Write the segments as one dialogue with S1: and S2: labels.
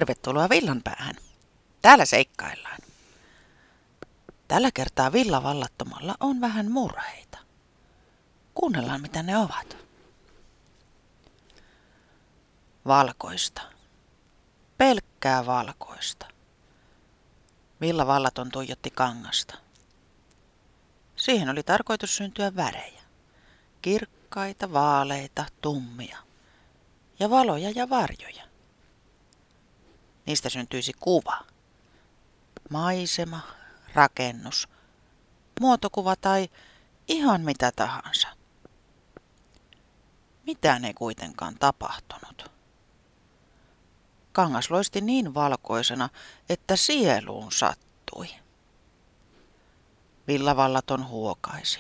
S1: Tervetuloa Villanpäähän. Täällä seikkaillaan. Tällä kertaa villavallattomalla on vähän murheita. Kuunnellaan mitä ne ovat. Valkoista. Pelkkää valkoista. Villavallaton tuijotti kangasta. Siihen oli tarkoitus syntyä värejä. Kirkkaita, vaaleita, tummia. Ja valoja ja varjoja. Niistä syntyisi kuva. Maisema, rakennus, muotokuva tai ihan mitä tahansa. Mitään ei kuitenkaan tapahtunut. Kangas loisti niin valkoisena, että sieluun sattui. Villavallaton huokaisi.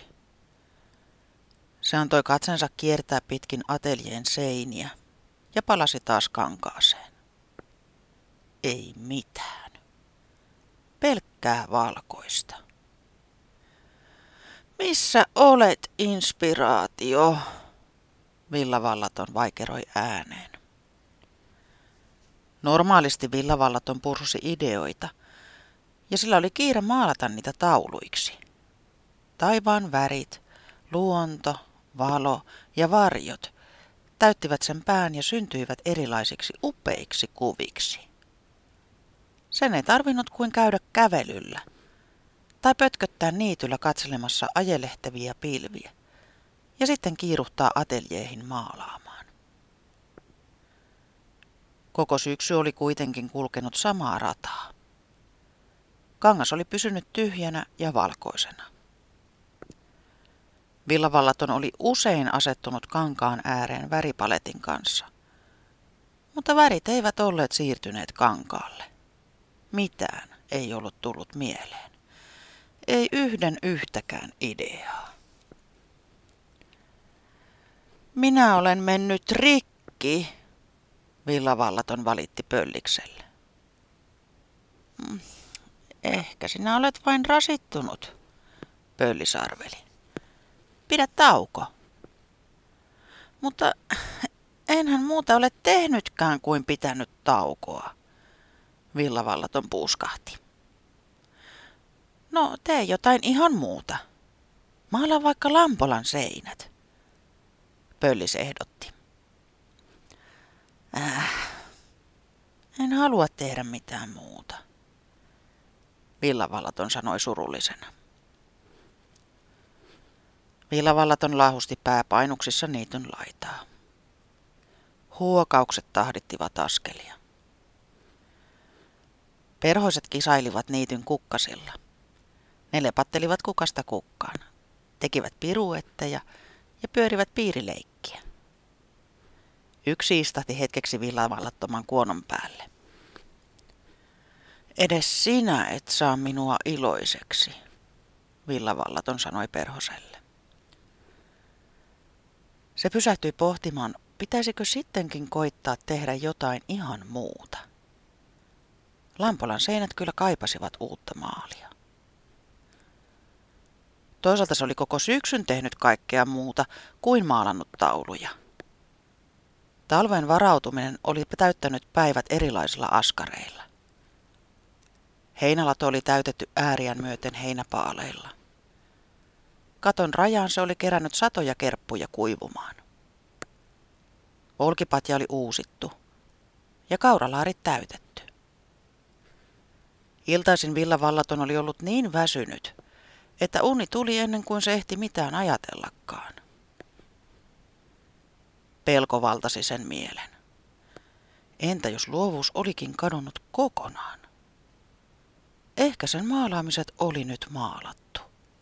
S1: Se antoi katsensa kiertää pitkin ateljeen seiniä ja palasi taas kankaaseen. Ei mitään. Pelkkää valkoista. Missä olet, inspiraatio? Villavallaton vaikeroi ääneen. Normaalisti villavallaton pursusi ideoita, ja sillä oli kiire maalata niitä tauluiksi. Taivaan värit, luonto, valo ja varjot täyttivät sen pään ja syntyivät erilaisiksi upeiksi kuviksi. Sen ei tarvinnut kuin käydä kävelyllä tai pötköttää niityllä katselemassa ajelehtäviä pilviä ja sitten kiiruhtaa ateljeihin maalaamaan. Koko syksy oli kuitenkin kulkenut samaa rataa. Kangas oli pysynyt tyhjänä ja valkoisena. Villavallaton oli usein asettunut kankaan ääreen väripaletin kanssa, mutta värit eivät olleet siirtyneet kankaalle. Mitään ei ollut tullut mieleen. Ei yhtäkään ideaa. Minä olen mennyt rikki, villavallaton valitti pöllikselle. Ehkä sinä olet vain rasittunut, pöllis arveli. Pidä tauko. Mutta enhän muuta ole tehnytkään kuin pitänyt taukoa. Villavallaton puuskahti. No, tee jotain ihan muuta. Maalaa vaikka lampolan seinät. Pöllis ehdotti. En halua tehdä mitään muuta. Villavallaton sanoi surullisena. Villavallaton laahusti pääpainuksissa niityn laitaa. Huokaukset tahdittivat askelia. Perhoiset kisailivat niityn kukkasilla. Ne lepattelivat kukasta kukkaan, tekivät piruetteja ja pyörivät piirileikkiä. Yksi istahti hetkeksi villavallattoman kuonon päälle. Edes sinä et saa minua iloiseksi, villavallaton sanoi perhoselle. Se pysähtyi pohtimaan, pitäisikö sittenkin koittaa tehdä jotain ihan muuta. Lampolan seinät kyllä kaipasivat uutta maalia. Toisaalta se oli koko syksyn tehnyt kaikkea muuta kuin maalannut tauluja. Talven varautuminen oli täyttänyt päivät erilaisilla askareilla. Heinälato oli täytetty ääriään myöten heinäpaaleilla. Katon rajaan se oli kerännyt satoja kerppuja kuivumaan. Olkipatja oli uusittu ja kauralaarit täytetty. Iltaisin villavallaton oli ollut niin väsynyt, että uni tuli ennen kuin se ehti mitään ajatellakaan. Pelko valtasi sen mielen. Entä jos luovuus olikin kadonnut kokonaan? Ehkä sen maalaamiset oli nyt maalattu.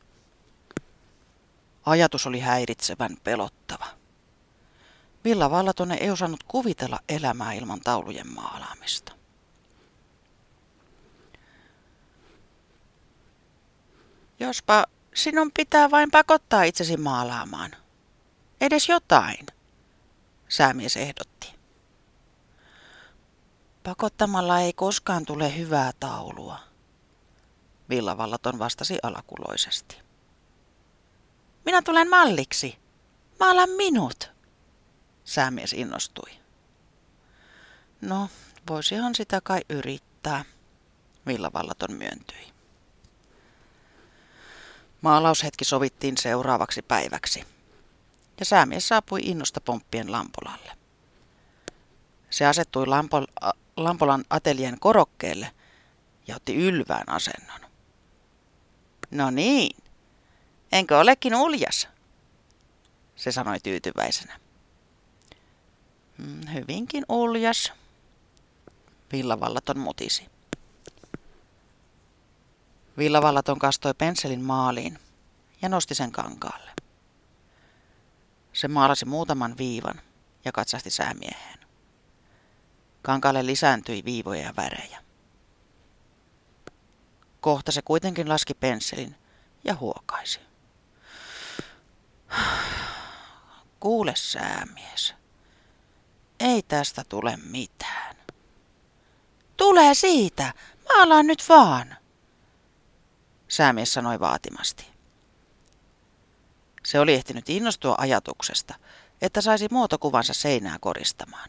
S1: Ajatus oli häiritsevän pelottava. Villavallaton ei osannut kuvitella elämää ilman taulujen maalaamista. Jospa sinun pitää vain pakottaa itsesi maalaamaan. Edes jotain, säämies ehdotti. Pakottamalla ei koskaan tule hyvää taulua, villavallaton vastasi alakuloisesti. Minä tulen malliksi. Maala minut, säämies innostui. No, Voisihan sitä kai yrittää, Villavallaton myöntyi. Maalaushetki sovittiin seuraavaksi päiväksi, ja säämies saapui innosta pomppien Lampolalle. Se asettui Lampolan ateljeen korokkeelle ja otti ylvään asennon. No niin, enkö olekin uljas, se sanoi tyytyväisenä. Hyvinkin uljas, Villavallaton mutisi. Villavallaton kastoi pensselin maaliin ja nosti sen kankaalle. Se maalasi muutaman viivan ja katsahti säämieheen. Kankaalle lisääntyi viivoja ja värejä. Kohta se kuitenkin laski pensselin ja huokaisi. Kuule säämies, ei tästä tule mitään. Tulee siitä, maalaan nyt vaan, säämies sanoi vaatimasti. Se oli ehtinyt innostua ajatuksesta, että saisi muotokuvansa seinää koristamaan.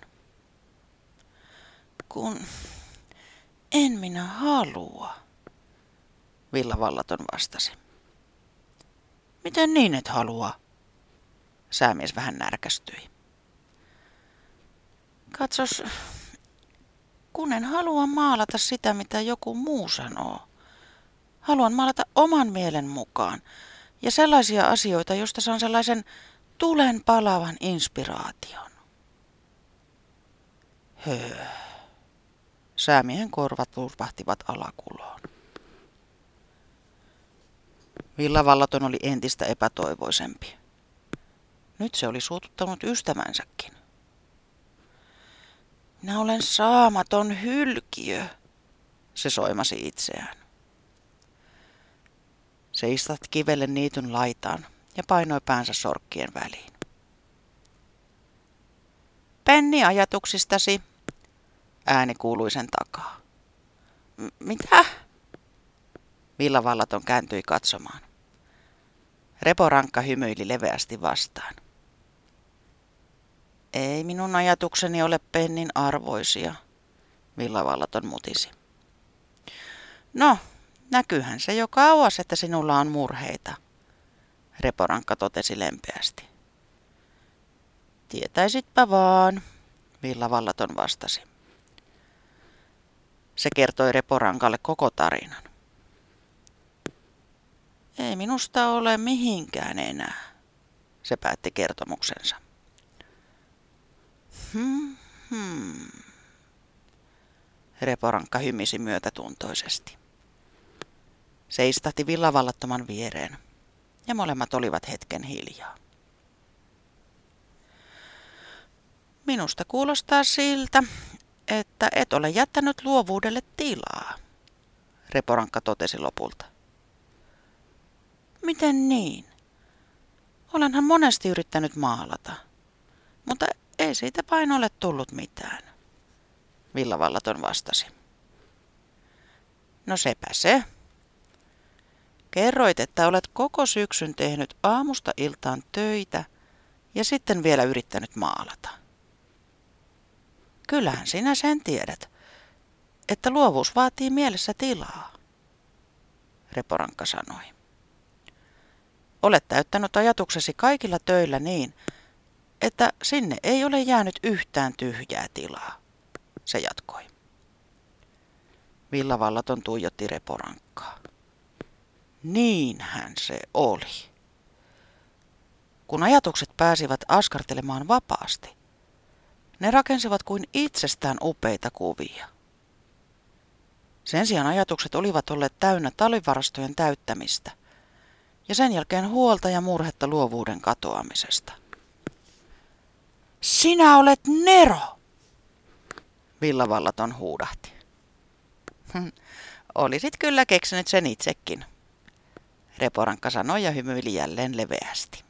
S1: Kun en minä halua, Villavallaton vastasi. Miten niin et halua? Säämies vähän närkästyi. Katsos, kun en halua maalata sitä, mitä joku muu sanoo. Haluan maalata oman mielen mukaan ja sellaisia asioita, joista saan sellaisen tulen palavan inspiraation. Säämiehen korvat lurpahtivat alakuloon. Villavallaton oli entistä epätoivoisempi. Nyt se oli suututtanut ystävänsäkin. Minä olen saamaton hylkiö, se soimasi itseään. Se istahti kivelle niityn laitaan ja painoi päänsä sorkkien väliin. Penni ajatuksistasi, ääni kuului sen takaa. Mitä? Villavallaton kääntyi katsomaan. Reporankka hymyili leveästi vastaan. Ei minun ajatukseni ole pennin arvoisia, Villavallaton mutisi. No, näkyyhän se jo kauas, että sinulla on murheita, Reporankka totesi lempeästi. Tietäisitpä vaan, Villavallaton vastasi. Se kertoi Reporankalle koko tarinan. Ei minusta ole mihinkään enää, se päätti kertomuksensa. Reporankka hymisi myötätuntoisesti. Se istahti Villavallattoman viereen ja molemmat olivat hetken hiljaa. Minusta kuulostaa siltä, että et ole jättänyt luovuudelle tilaa, Reporankka totesi lopulta. Miten niin? Olenhan monesti yrittänyt maalata, mutta ei siitä vain ole tullut mitään, Villavallaton vastasi. No sepä se. Kerroit, että olet koko syksyn tehnyt aamusta iltaan töitä ja sitten vielä yrittänyt maalata. Kyllähän sinä sen tiedät, että luovuus vaatii mielessä tilaa, Reporankka sanoi. Olet täyttänyt ajatuksesi kaikilla töillä niin, että sinne ei ole jäänyt yhtään tyhjää tilaa, se jatkoi. Villavallaton tuijotti Reporankkaa. Niinhän se oli. Kun ajatukset pääsivät askartelemaan vapaasti, ne rakensivat kuin itsestään upeita kuvia. Sen sijaan ajatukset olivat olleet täynnä talvivarastojen täyttämistä ja sen jälkeen huolta ja murhetta luovuuden katoamisesta. Sinä olet nero, Villavallaton huudahti. Olisit kyllä keksinyt sen itsekin, Reporankka sanoi ja hymyili jälleen leveästi.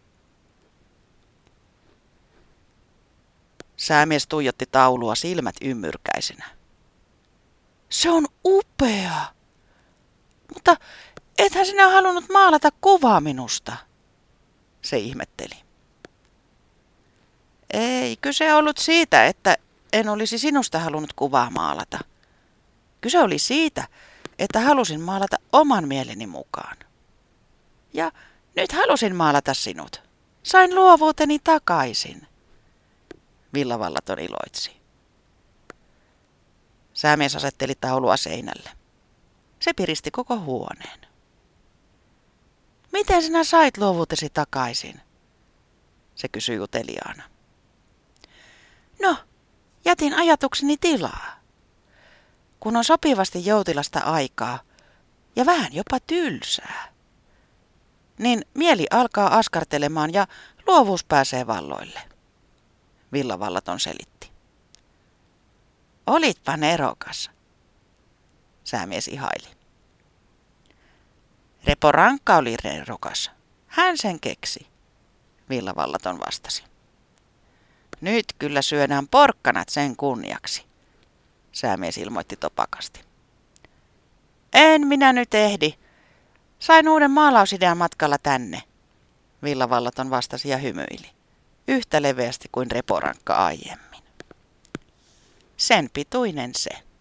S1: Säämies tuijotti taulua silmät ymmyrkäisinä. Se on upea, mutta ethän sinä halunnut maalata kuvaa minusta, se ihmetteli. Ei kyse ollut siitä, että en olisi sinusta halunnut kuvaa maalata. Kyse oli siitä, että halusin maalata oman mieleni mukaan. Ja nyt halusin maalata sinut. Sain luovuuteni takaisin. Villavallaton iloitsi. Säämies asetteli taulua seinälle. Se piristi koko huoneen. Miten sinä sait luovuutesi takaisin? Se kysyi uteliaana. No, jätin ajatukseni tilaa. Kun on sopivasti joutilasta aikaa ja vähän jopa tylsää, niin mieli alkaa askartelemaan ja luovuus pääsee valloille. Villavallaton selitti. Olitpa nerokas, säämies ihaili. Repo Rankka oli nerokas. Hän sen keksi, Villavallaton vastasi. Nyt kyllä syödään porkkanat sen kunniaksi, säämies ilmoitti topakasti. En minä nyt ehdi. Sain uuden maalausidean matkalla tänne, Villavallaton vastasi ja hymyili. Yhtä leveästi kuin Repo Rankka aiemmin. Sen pituinen se.